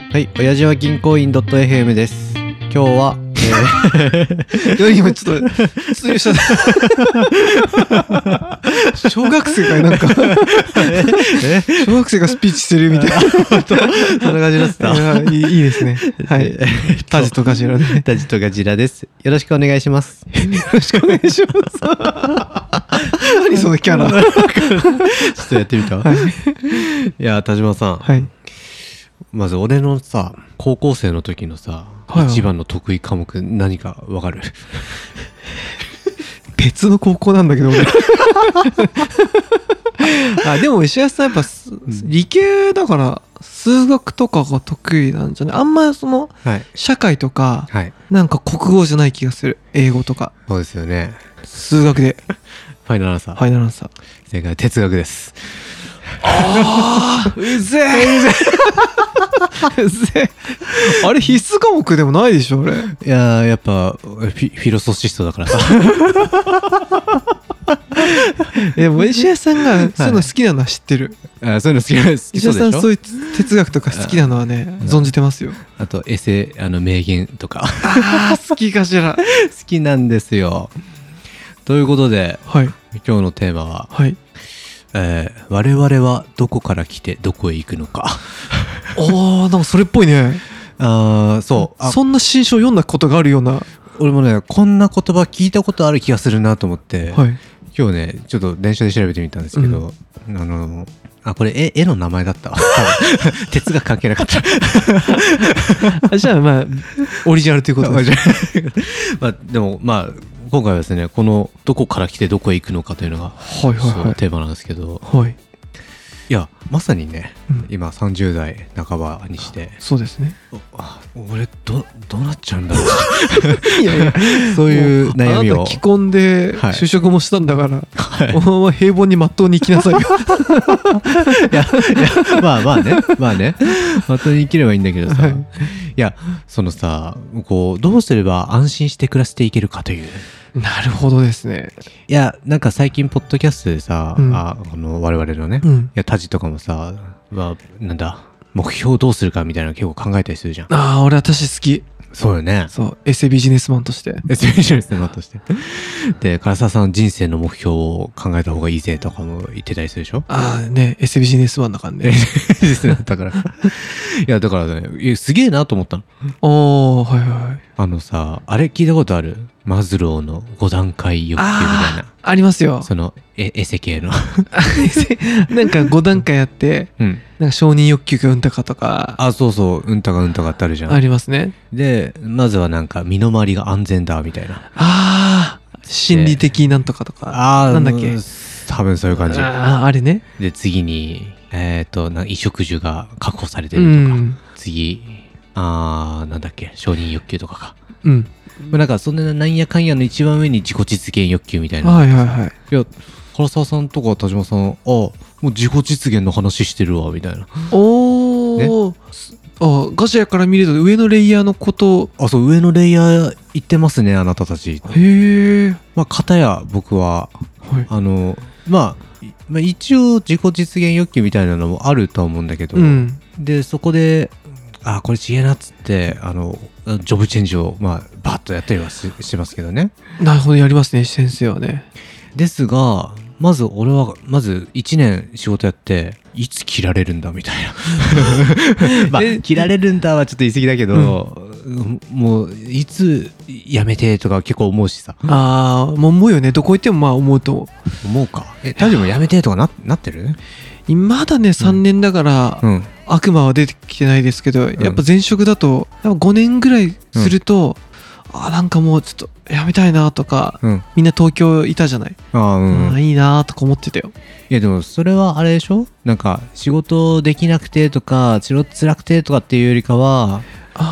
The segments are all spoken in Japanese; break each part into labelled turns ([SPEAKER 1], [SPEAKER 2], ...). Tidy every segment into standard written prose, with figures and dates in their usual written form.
[SPEAKER 1] はい、親父は銀行員 .fm です。今日は、
[SPEAKER 2] 今ちょっと失礼した小学生かなんか小学生がスピーチしてるみたいな
[SPEAKER 1] そんな感じだった。
[SPEAKER 2] いいですね。はい。タジとガジラで。
[SPEAKER 1] タジとガジラです。よろしくお願いします。
[SPEAKER 2] よろしくお願いします。何そのキャラ。ちょ
[SPEAKER 1] っとやってみた。はい、いや田島さん。
[SPEAKER 2] はい。
[SPEAKER 1] まず俺のさ、高校生の時のさ、はいはい、一番の得意科目何かわかる？
[SPEAKER 2] 別の高校なんだけど俺あ、でも石橋さんやっぱ、理系だから数学とかが得意なんじゃない？あんまその、はい、社会とか、はい、なんか国語じゃない気がする。英語とか。
[SPEAKER 1] そうですよね。
[SPEAKER 2] 数学で
[SPEAKER 1] ファイナルアンサー。
[SPEAKER 2] ファイナルアンサー。
[SPEAKER 1] 正解、哲学です。
[SPEAKER 2] ああ、うぜえうぜえ。あれ必須科目でもないでしょ、俺。い
[SPEAKER 1] ややっぱフィロソシストだからさ。
[SPEAKER 2] でも石橋さんがそういうの好きなのは知ってる。
[SPEAKER 1] あ、そういうの好きそうでしょ。
[SPEAKER 2] 石橋さんそういう哲学とか好きなのはね、存じてますよ。
[SPEAKER 1] あとエセ名言とか。
[SPEAKER 2] ああ、好きかしら。
[SPEAKER 1] 好きなんですよ。ということで、
[SPEAKER 2] はい、
[SPEAKER 1] 今日のテーマは、
[SPEAKER 2] はい、
[SPEAKER 1] 我々はどこから来てどこへ行くのか。
[SPEAKER 2] おー、なんかそれっぽいね。
[SPEAKER 1] そう。
[SPEAKER 2] そんな新書読んだことがあるような。
[SPEAKER 1] 俺もね、こんな言葉聞いたことある気がするなと思って、はい、今日ねちょっと電車で調べてみたんですけど、これ絵の名前だったわ。哲学関係なかった
[SPEAKER 2] じゃあまあオリジナルということです。
[SPEAKER 1] まあでもまあ今回はですね、このどこから来てどこへ行くのかというのが、はいはいはい、テーマなんですけど、はい、いやまさにね、今30代半ばにして、
[SPEAKER 2] そうですね。
[SPEAKER 1] 俺どうなっちゃうんだろう。いやいや、そういう悩みを。
[SPEAKER 2] あなた既婚で就職もしたんだから、はい、お前は平凡にまっとうに生きなさいよ。
[SPEAKER 1] いやまあねまっとうに生きればいいんだけどさ、はい、いやそのさ、こうどうすれば安心して暮らしていけるかという。
[SPEAKER 2] なるほどですね。
[SPEAKER 1] いやなんか最近ポッドキャストでさ、我々のね、いやタジとかもさ、なんだ目標どうするかみたいなの結構考えたりするじゃん。
[SPEAKER 2] ああ、俺私好き。
[SPEAKER 1] そうよね。
[SPEAKER 2] そう、エセビジネスマンとして。
[SPEAKER 1] エセビジネスマンとして。で、唐沢さん人生の目標を考えた方がいいぜとかも言ってたりするでしょ。
[SPEAKER 2] ああね、エセビジネスマンだからね。エ
[SPEAKER 1] セビジネスマンだから。いやだからね、すげえなと思ったの。
[SPEAKER 2] おー、はいはい。
[SPEAKER 1] あれ聞いたことある？マズローの5段階欲求みたいな。
[SPEAKER 2] ありますよ。
[SPEAKER 1] そのエセ系の。
[SPEAKER 2] なんか5段階あって、なんか承認欲求がうんたかとか。
[SPEAKER 1] あ、そうそう、うんたかってあるじゃん。
[SPEAKER 2] ありますね。
[SPEAKER 1] で、まずはなんか身の回りが安全だみたいな。
[SPEAKER 2] ああ、心理的なんとかとか。なんだっけ。
[SPEAKER 1] 多分そういう感じ。
[SPEAKER 2] あれね。
[SPEAKER 1] で、次に、衣食住が確保されてるとか。次、なんだっけ、承認欲求とかか。なんかそんななんやかんやの一番上に自己実現欲求みたいな。
[SPEAKER 2] はいはいはい。
[SPEAKER 1] いや、唐沢さんとか田島さん、もう自己実現の話してるわみたいな。
[SPEAKER 2] おー、ね、ガジラから見ると上のレイヤーのこと。
[SPEAKER 1] そう、上のレイヤー言ってますね、あなたたち。
[SPEAKER 2] へえ。
[SPEAKER 1] まあ片や僕は、はい、まあ一応自己実現欲求みたいなのもあるとは思うんだけど、でそこでこれちげえなっつってジョブチェンジをバッとやったりはしてますけどね。
[SPEAKER 2] なるほど、やりますね先生はね。
[SPEAKER 1] ですがまず俺は1年仕事やっていつ切られるんだみたいな。切られるんだはちょっと言い過ぎだけど、もういつやめてとか結構思うしさ。
[SPEAKER 2] もう思うよね。どこ行っても思うと
[SPEAKER 1] 思うか。大丈夫？やめてとかなってる？
[SPEAKER 2] まだね3年だから、悪魔は出てきてないですけど、やっぱ前職だと5年ぐらいすると、なんかもうちょっとやめたいなとか、みんな東京いたじゃない。いいなとか思ってたよ。
[SPEAKER 1] いやでもそれはあれでしょ、なんか仕事できなくてとか辛くてとかっていうよりかは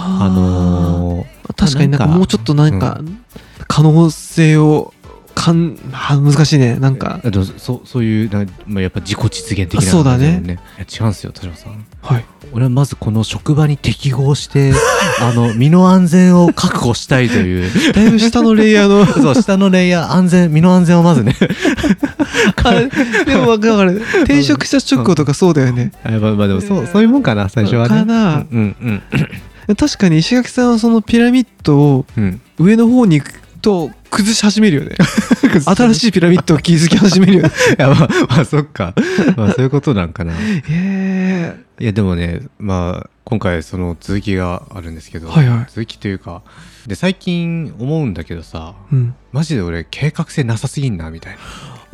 [SPEAKER 2] 確かになんかもうちょっとなんか可能性を難しいね。なんか
[SPEAKER 1] そういうやっぱ自己実現的な、
[SPEAKER 2] そうだね。
[SPEAKER 1] いや違うんですよ田島さん。
[SPEAKER 2] はい。
[SPEAKER 1] 俺はまずこの職場に適合して身の安全を確保したいという
[SPEAKER 2] だいぶ下のレイヤーの
[SPEAKER 1] そう下のレイヤー身の安全をまずね
[SPEAKER 2] でも分かる転職した直後とかそうだよね。
[SPEAKER 1] まあでもそういうもんかな最初はね。
[SPEAKER 2] かな、確かに石垣さんはそのピラミッドを上の方に行くと崩し始めるよね新しいピラミッドを築き始めるよね
[SPEAKER 1] いやまあそっかまあそういうことなんかな。いやでもねまあ今回その続きがあるんですけど、続きというかで最近思うんだけどさ、マジで俺計画性なさすぎんなみたいな。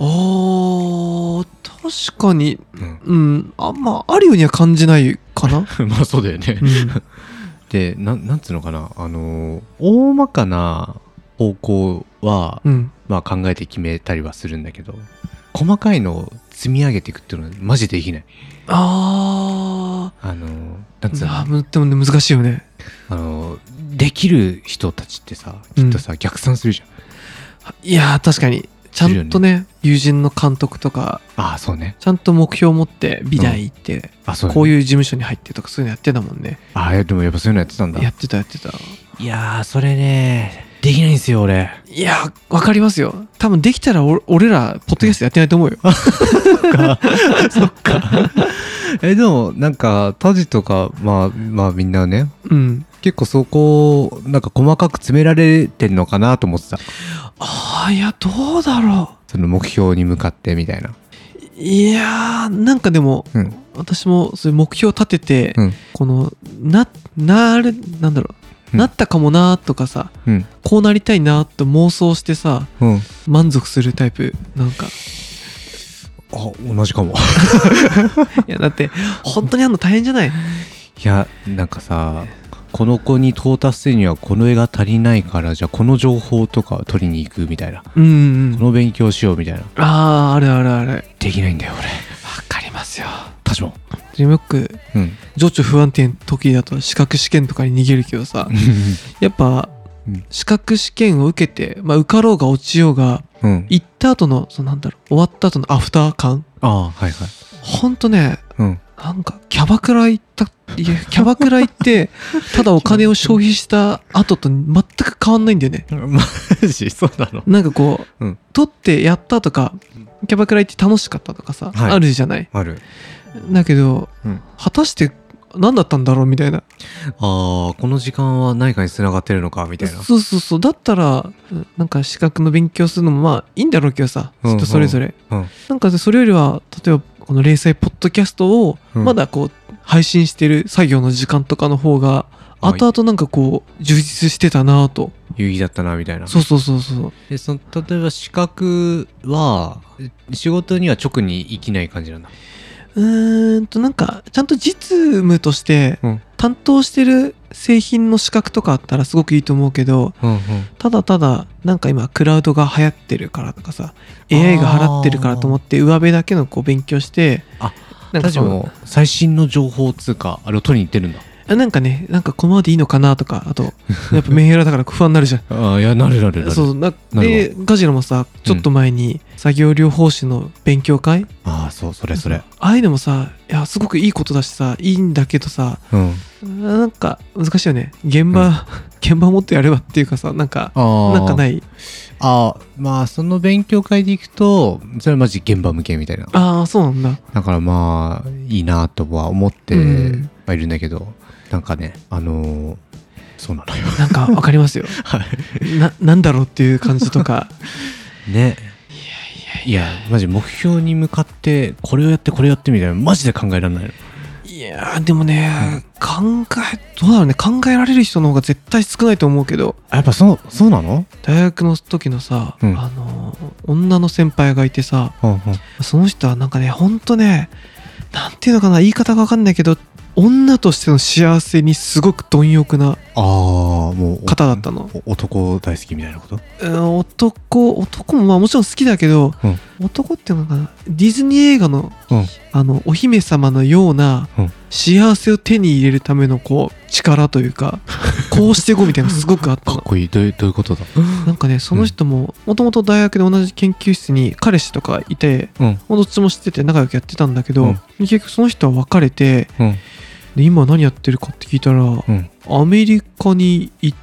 [SPEAKER 2] 確かにまああるようには感じないかな
[SPEAKER 1] まあそうだよね、でなんつうのかな大まかな方向は、まあ考えて決めたりはするんだけど細かいのを積み上げていくっていうのはマジできない。なんつうの
[SPEAKER 2] でもね難しいよね。
[SPEAKER 1] できる人たちってさきっとさ、逆算するじゃん。
[SPEAKER 2] いや確かにちゃんとね友人の監督とか
[SPEAKER 1] そうね
[SPEAKER 2] ちゃんと目標を持って美大行って、こういう事務所に入ってとかそういうのやってたもんね。
[SPEAKER 1] でもやっぱそういうのやってたんだ。
[SPEAKER 2] やってた。
[SPEAKER 1] いやそれねできないんですよ俺。
[SPEAKER 2] いやわかりますよ。多分できたら俺らポッドキャストやってないと思うよ
[SPEAKER 1] そっかでもなんかタジとかまあみんなね、結構そこをなんか細かく詰められてんのかなと思ってた。
[SPEAKER 2] いやどうだろう
[SPEAKER 1] その目標に向かってみたいな。
[SPEAKER 2] いやなんかでも、私もそういう目標を立てて、このなんだろう、なったかもなとかさ、こうなりたいなと妄想してさ、満足するタイプなんか。
[SPEAKER 1] 同じかも
[SPEAKER 2] いやだって本当にあんの大変じゃない？い
[SPEAKER 1] やなんかさこの子に到達するにはこの絵が足りないからじゃあこの情報とか取りに行くみたいな、この勉強しようみたいな。あれできないんだよ俺。わ
[SPEAKER 2] かりますよ。
[SPEAKER 1] 私も
[SPEAKER 2] よく、情緒不安定の時だと資格試験とかに逃げるけどさやっぱ、資格試験を受けて、受かろうが落ちようが、行った後の終わった後のアフター感、ほんとね、なんかキャバクラ行ってただお金を消費した後と全く変わんないんだよね。
[SPEAKER 1] マジそうなの？
[SPEAKER 2] なんかこう、取ってやったとかキャバクラ行って楽しかったとかさ、あるじゃない。
[SPEAKER 1] ある。
[SPEAKER 2] だけど、果たして何だったんだろうみたいな。
[SPEAKER 1] この時間は何かに繋がってるのかみたいな。
[SPEAKER 2] そうだったらなんか資格の勉強するのもまあいいんだろうけどさ、人それぞれ、なんかそれよりは例えばこの零細ポッドキャストをまだこう配信してる作業の時間とかの方が後々なんかこう充実してたなと、
[SPEAKER 1] 有意義だったなみたいな。
[SPEAKER 2] そう
[SPEAKER 1] で例えば資格は仕事には直に生きない感じなんだ。
[SPEAKER 2] なんかちゃんと実務として担当してる製品の資格とかあったらすごくいいと思うけど、ただなんか今クラウドが流行ってるからとかさ AI が払ってるからと思って上辺だけのこう勉強して、
[SPEAKER 1] なんかも最新の情報つうかあれを取りに行ってるんだ。
[SPEAKER 2] なんかね、なんかこのままでいいのかなとか、あとやっぱメンヘラだから不安になるじゃん。
[SPEAKER 1] いやなる。
[SPEAKER 2] そうでガジラもさちょっと前に作業療法士の勉強会、
[SPEAKER 1] それ
[SPEAKER 2] ああいうのもさ、いやすごくいいことだしさ、いいんだけどさ、なんか難しいよね。現場もっとやればっていうかさ、なんかない。
[SPEAKER 1] まあその勉強会で行くとそれはマジ現場向けみたいな。
[SPEAKER 2] そうなんだ。
[SPEAKER 1] だからまあいいなとは思ってはいるんだけど、なんかねそうなのよ。
[SPEAKER 2] なんかわかりますよ。なんだろうっていう感じとか
[SPEAKER 1] ね。いやマジ目標に向かってこれをやってみたいなマジで考えられないの。
[SPEAKER 2] いやでもね、どうだろうね、考えられる人の方が絶対少ないと思うけど。
[SPEAKER 1] やっぱそうなの？
[SPEAKER 2] 大学の時のさ、女の先輩がいてさ、その人はなんかね、ほんとね、なんていうのかな、言い方が分かんないけど、女としての幸せにすごく貪欲な
[SPEAKER 1] もう
[SPEAKER 2] 方だったの。
[SPEAKER 1] 男大好きみたいなこと？
[SPEAKER 2] 男もまあもちろん好きだけど、男っていうのかな、ディズニー映画の、お姫様のような幸せを手に入れるためのこう力というかこうしていこうみたいなのすごくあったの。
[SPEAKER 1] かっこいい。どういうことだ？
[SPEAKER 2] なんかね、その人ももともと大学で同じ研究室に彼氏とかいて、どっちも知ってて仲良くやってたんだけど、結局その人は別れて、 で今何やってるかって聞いたら、アメリカに行って、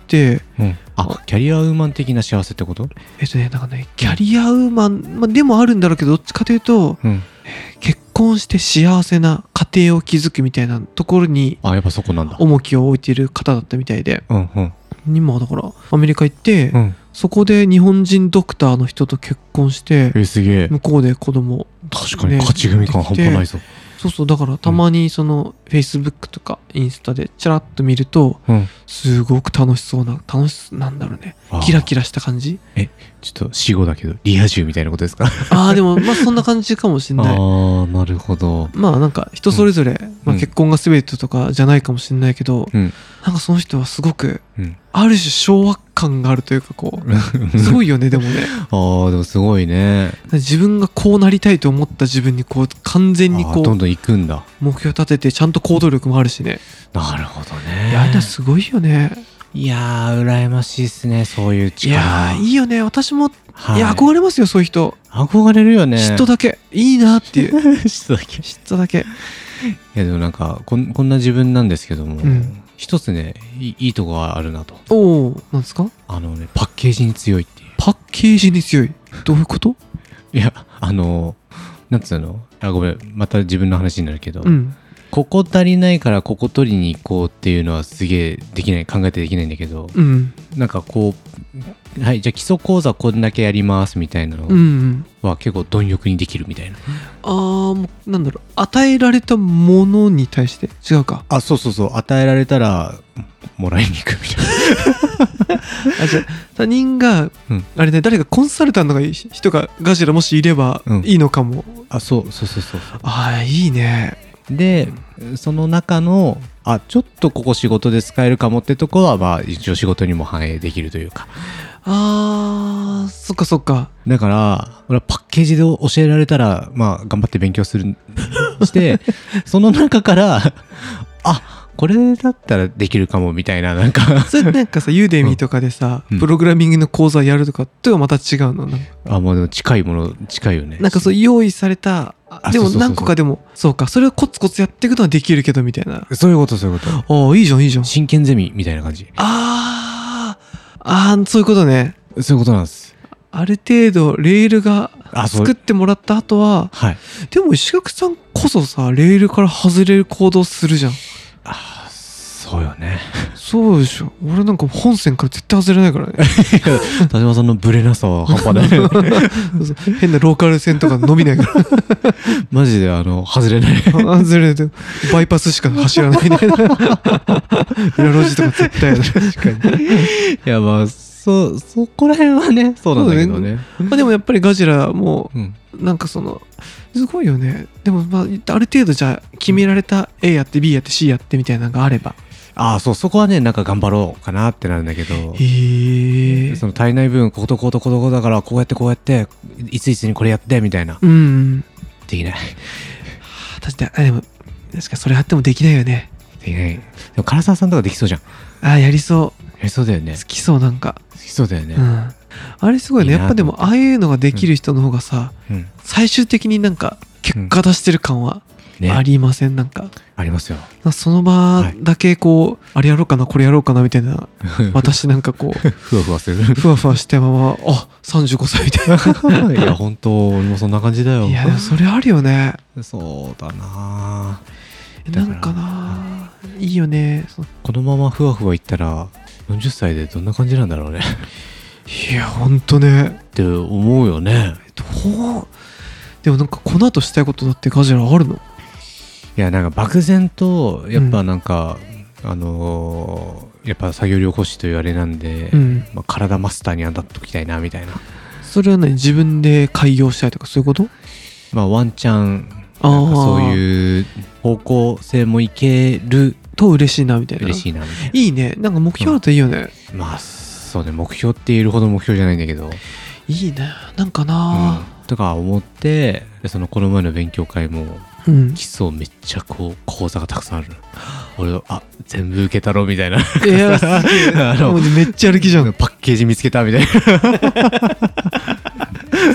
[SPEAKER 1] キャリアウーマン的な幸せってこと？
[SPEAKER 2] なんかね、キャリアウーマン、でもあるんだろうけど、どっちかというと、結婚して幸せな家庭を築くみたいなところに、
[SPEAKER 1] やっぱそこなんだ。
[SPEAKER 2] 重きを置いている方だったみたいで、今だからアメリカ行って、そこで日本人ドクターの人と結婚して、
[SPEAKER 1] すげえ。
[SPEAKER 2] 向こうで子供、
[SPEAKER 1] 確かに勝ち組感半端ないぞ。
[SPEAKER 2] そうだからたまにその Facebook とかインスタでチラッと見ると、すごく楽しなんだろうね、キラキラした感じ。
[SPEAKER 1] ちょっと死語だけどリア充みたいなことですか？
[SPEAKER 2] でもそんな感じかもしれない。
[SPEAKER 1] なるほど。
[SPEAKER 2] なんか人それぞれ、結婚が全てとかじゃないかもしれないけど、なんかその人はすごく、ある種昭和感があるというか、こうすごいよね。でもね
[SPEAKER 1] でもすごいね。
[SPEAKER 2] 自分がこうなりたいと思った自分にこう完全にこう
[SPEAKER 1] どんどん行くんだ。
[SPEAKER 2] 目標立ててちゃんと行動力もあるしね。
[SPEAKER 1] なるほどね。
[SPEAKER 2] いやすごいよね。
[SPEAKER 1] いや羨ましいですね、そういう力。
[SPEAKER 2] いやいいよね。私も、憧れますよ、そういう人。
[SPEAKER 1] 憧れるよね。
[SPEAKER 2] 嫉妬だけいいなっていう
[SPEAKER 1] 嫉
[SPEAKER 2] 妬だけ。
[SPEAKER 1] いやでもなんかこんな自分なんですけども、一つねいいとこがあるなと。
[SPEAKER 2] なんですか？
[SPEAKER 1] パッケージに強いっていう。
[SPEAKER 2] パッケージに強い、どういうこと？
[SPEAKER 1] いやなんつうの、ごめん、また自分の話になるけど、ここ足りないからここ取りに行こうっていうのはすげえ考えてできないんだけど、なんかこう、はい、じゃあ基礎講座こんだけやりますみたいなのは結構貪欲にできるみたいな。
[SPEAKER 2] もうなんだろう、与えられたものに対して違うか。
[SPEAKER 1] そう与えられたらもらいに行くみたいな。
[SPEAKER 2] じゃあ他人が、あれね、誰かコンサルタントが人がガジラもしいればいいのかも。
[SPEAKER 1] そう
[SPEAKER 2] いいね。
[SPEAKER 1] でその中のちょっとここ仕事で使えるかもってとこは一応仕事にも反映できるというか。
[SPEAKER 2] そっか。
[SPEAKER 1] だから俺はパッケージで教えられたら頑張って勉強してその中からこれだったらできるかもみたいな、なんか
[SPEAKER 2] それなんかさ、ユーデミーとかでさ、プログラミングの講座やるとかとはまた違うの？
[SPEAKER 1] もうでも近いよね。
[SPEAKER 2] なんかそう用意された、でも何個かでもそうか、それをコツコツやっていくのはできるけどみたいな。
[SPEAKER 1] そういうこと。
[SPEAKER 2] いいじゃん。
[SPEAKER 1] 真剣ゼミみたいな感じ。
[SPEAKER 2] そういうことね。
[SPEAKER 1] そういうことなんです。
[SPEAKER 2] ある程度レールが作ってもらった後は、でも石垣さんこそさ、レールから外れる行動するじゃん。
[SPEAKER 1] そうよね。
[SPEAKER 2] そうでしょ。俺なんか本線から絶対外れないからね。
[SPEAKER 1] 田島さんのブレなさは半端ない。
[SPEAKER 2] 変なローカル線とか伸びないから。
[SPEAKER 1] マジで外れない。
[SPEAKER 2] 外れてバイパスしか走らないみたいな。裏路地とか絶対やる。確かに。い
[SPEAKER 1] やそこら辺はね、そうなんだけどね。
[SPEAKER 2] でもやっぱりガジラもなんかすごいよね。でもある程度じゃあ決められた A やって B やって C やってみたいなのがあれば、
[SPEAKER 1] そこはね、なんか頑張ろうかなってなるんだけど、その足りない部分こことこことここだからこうやっていついつにこれやってみたいな、できない。
[SPEAKER 2] でも確かそれあってもできないよね。
[SPEAKER 1] できない。でも唐沢さんとかできそうじゃん。
[SPEAKER 2] やりそう。
[SPEAKER 1] やりそうだよね。
[SPEAKER 2] 好きそう、なんか
[SPEAKER 1] 好きそうだよね。
[SPEAKER 2] あれすごいね。やっぱでもああいうのができる人の方がさ、最終的になんか結果出してる感はありません？なんか
[SPEAKER 1] ありますよ。
[SPEAKER 2] その場だけこう、あれやろうかなこれやろうかなみたいな、私なんかこう
[SPEAKER 1] ふわふわする、
[SPEAKER 2] ふわふわしてまま35歳みたいな。
[SPEAKER 1] いや本当俺もそんな感じだよ。
[SPEAKER 2] いやでもそれあるよね。
[SPEAKER 1] そうだな。
[SPEAKER 2] なんかないいよね。
[SPEAKER 1] このままふわふわいったら40歳でどんな感じなんだろうね。
[SPEAKER 2] いやほんとね
[SPEAKER 1] って思うよね。
[SPEAKER 2] でもなんかこの後したいことだってガジラあるの？
[SPEAKER 1] いやなんか漠然とやっぱなんか、やっぱ作業療法士というあれなんで、体マスターにはなっときたいなみたいな。
[SPEAKER 2] それは何？自分で開業したいとかそういうこと？
[SPEAKER 1] ワンチャンなんかそういう方向性もいける
[SPEAKER 2] と嬉しいなみたいな。
[SPEAKER 1] 嬉しいなみたいな。
[SPEAKER 2] いいね。なんか目標あるといいよね。
[SPEAKER 1] そうね、目標って言えるほど目標じゃないんだけど、
[SPEAKER 2] いいね。なんかな、
[SPEAKER 1] とか思って、この前の勉強会も、基礎めっちゃこう講座がたくさんある。俺全部受けたろみたいな。い
[SPEAKER 2] やめっちゃ歩きじゃん。
[SPEAKER 1] パッケージ見つけたみたいな。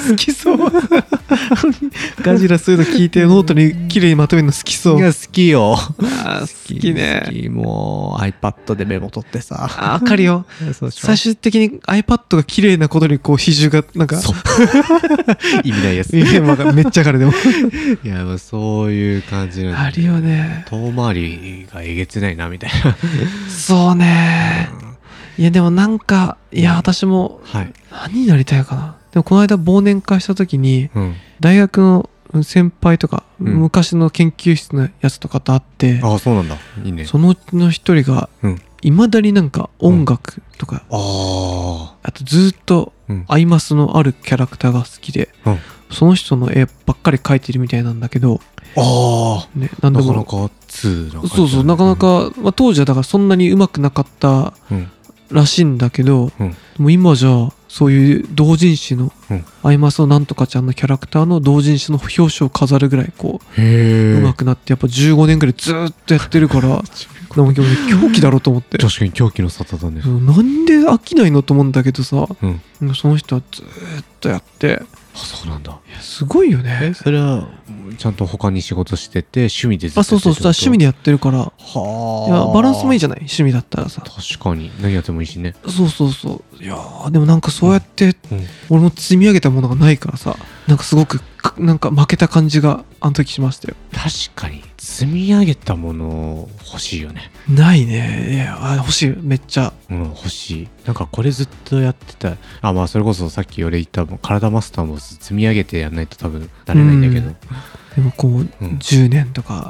[SPEAKER 2] 好きそうガジラそういうの聞いてノートに綺麗にまとめるの好きそう。
[SPEAKER 1] いや好きよ。
[SPEAKER 2] 好きね。
[SPEAKER 1] 好き。もう iPad でメモ取ってさ。
[SPEAKER 2] わかるよ。最終的に iPad が綺麗なことにこう比重がなんか
[SPEAKER 1] 意味ないやつ。
[SPEAKER 2] めっちゃわかるでも。
[SPEAKER 1] いやもうそういう感じなんだ。
[SPEAKER 2] あるよね。
[SPEAKER 1] 遠回りがえげつないなみたいな。
[SPEAKER 2] そうね。いやでもなんかいや私も何になりたいかな。でもこの間忘年会した時に、大学の先輩とか、昔の研究室のやつとかと会って、
[SPEAKER 1] ああそうなんだ。いいね。
[SPEAKER 2] そのうちの一人がいまだになんか音楽とか、あとずっとアイマスのあるキャラクターが好きで、その人の絵ばっかり描いてるみたいなんだけど、
[SPEAKER 1] ね、なかなか2な感じ。
[SPEAKER 2] そうそう、なかなか、当時はだからそんなに上手くなかったらしいんだけど、もう今じゃあそういう同人誌の、アイマスのなんとかちゃんのキャラクターの同人誌の表紙を飾るぐらいこう上手くなって、やっぱ15年ぐらいずっとやってるからなんか狂気だろうと思って。
[SPEAKER 1] 確かに狂気の沙汰だね。
[SPEAKER 2] なんで飽きないのと思うんだけどさ、その人はずっとやって。
[SPEAKER 1] そうなんだ。
[SPEAKER 2] いやすごいよね。
[SPEAKER 1] それはちゃんと他に仕事してて趣味でずっとやってる。
[SPEAKER 2] そう趣味でやってるから。いやバランスもいいじゃない、趣味だったらさ。
[SPEAKER 1] 確かに何やってもいいしね。
[SPEAKER 2] そういやでもなんかそうやって、俺も積み上げたものがないからさ、なんかすごくなんか負けた感じがあの時しましたよ。
[SPEAKER 1] 確かに積み上げたもの欲しいよね。
[SPEAKER 2] ないね。いや欲しい、めっちゃ。
[SPEAKER 1] 欲しい。なんかこれずっとやってた。まあそれこそさっき俺言った体マスターも積み上げてやんないと多分なれないんだけど、
[SPEAKER 2] でもこう、10年とか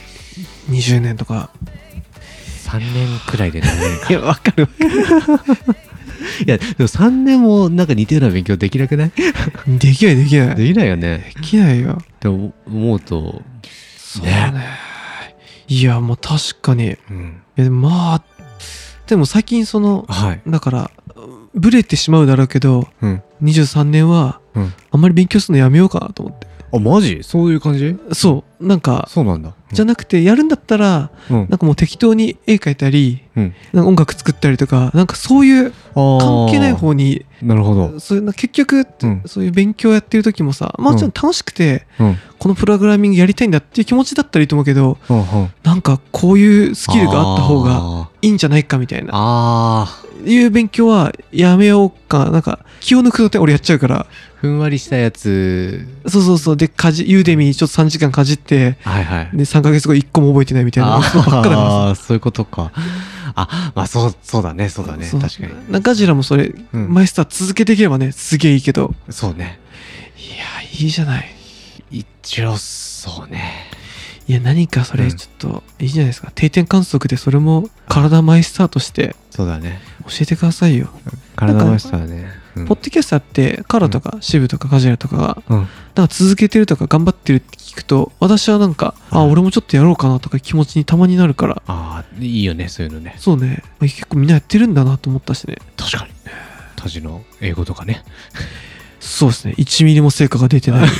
[SPEAKER 2] 20年とか
[SPEAKER 1] 3年くらいでなれるか。
[SPEAKER 2] いやわかる
[SPEAKER 1] いやでも3年もなんか似たような勉強できなくない？
[SPEAKER 2] できない
[SPEAKER 1] できないよね。
[SPEAKER 2] できないよ
[SPEAKER 1] って思うと
[SPEAKER 2] そうね。いやもう確かに、まあでも最近その、だからブレてしまうだろうけど、23年は、あんまり勉強するのやめようかなと思って。
[SPEAKER 1] あマジ？そういう感じ？
[SPEAKER 2] そうなんか
[SPEAKER 1] そうなんだ。
[SPEAKER 2] じゃなくてやるんだったら、なんかもう適当に絵描いたり、なんか音楽作ったりとか、なんかそういう関係ない方に。
[SPEAKER 1] なるほど。
[SPEAKER 2] そういう結局、そういう勉強やってる時もさ、もちろん楽しくて、このプログラミングやりたいんだっていう気持ちだったらいいと思うけど、なんかこういうスキルがあった方がいいんじゃないかみたいないう勉強はやめようか。なんか気を抜くとって俺やっちゃうから、
[SPEAKER 1] ふんわりしたやつ。
[SPEAKER 2] そうでユーデミーちょっと3時間かじって、で3ヶ月後1個も覚えてないみたいなばっかだからさ。
[SPEAKER 1] そういうことか。まあそうだね確かに。
[SPEAKER 2] ガジラもそれ、マイスター続けていければねすげえいいけど。
[SPEAKER 1] そうね。
[SPEAKER 2] いやいいじゃない。
[SPEAKER 1] 一応そうね。
[SPEAKER 2] いや何かそれちょっといいじゃないですか、定点観測でそれも体マイスターとして
[SPEAKER 1] そうだね
[SPEAKER 2] 教えてくださいよ。
[SPEAKER 1] 体マイスターね。
[SPEAKER 2] ポッドキャスターってカラとかシブとかガジラとかがなんか続けてるとか頑張ってるって聞くと、私はなんか俺もちょっとやろうかなとか気持ちにたまになるから。
[SPEAKER 1] いいよねそういうのね。
[SPEAKER 2] そうね、結構みんなやってるんだなと思ったしね。
[SPEAKER 1] 確かにタジの英語とかね。
[SPEAKER 2] そうですね、1ミリも成果が出てない。も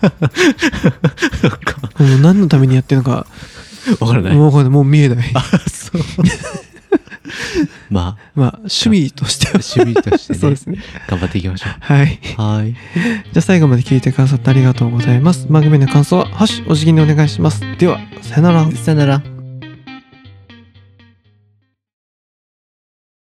[SPEAKER 2] う何のためにやってるのか
[SPEAKER 1] わからない。
[SPEAKER 2] もう見えない。
[SPEAKER 1] そうまあ
[SPEAKER 2] 趣味としては
[SPEAKER 1] ね
[SPEAKER 2] そうですね、
[SPEAKER 1] 頑張っていきましょう。
[SPEAKER 2] はい。じゃあ最後まで聞いてくださってありがとうございます。番組の感想はハッシュお辞儀にお願いします。ではさよなら。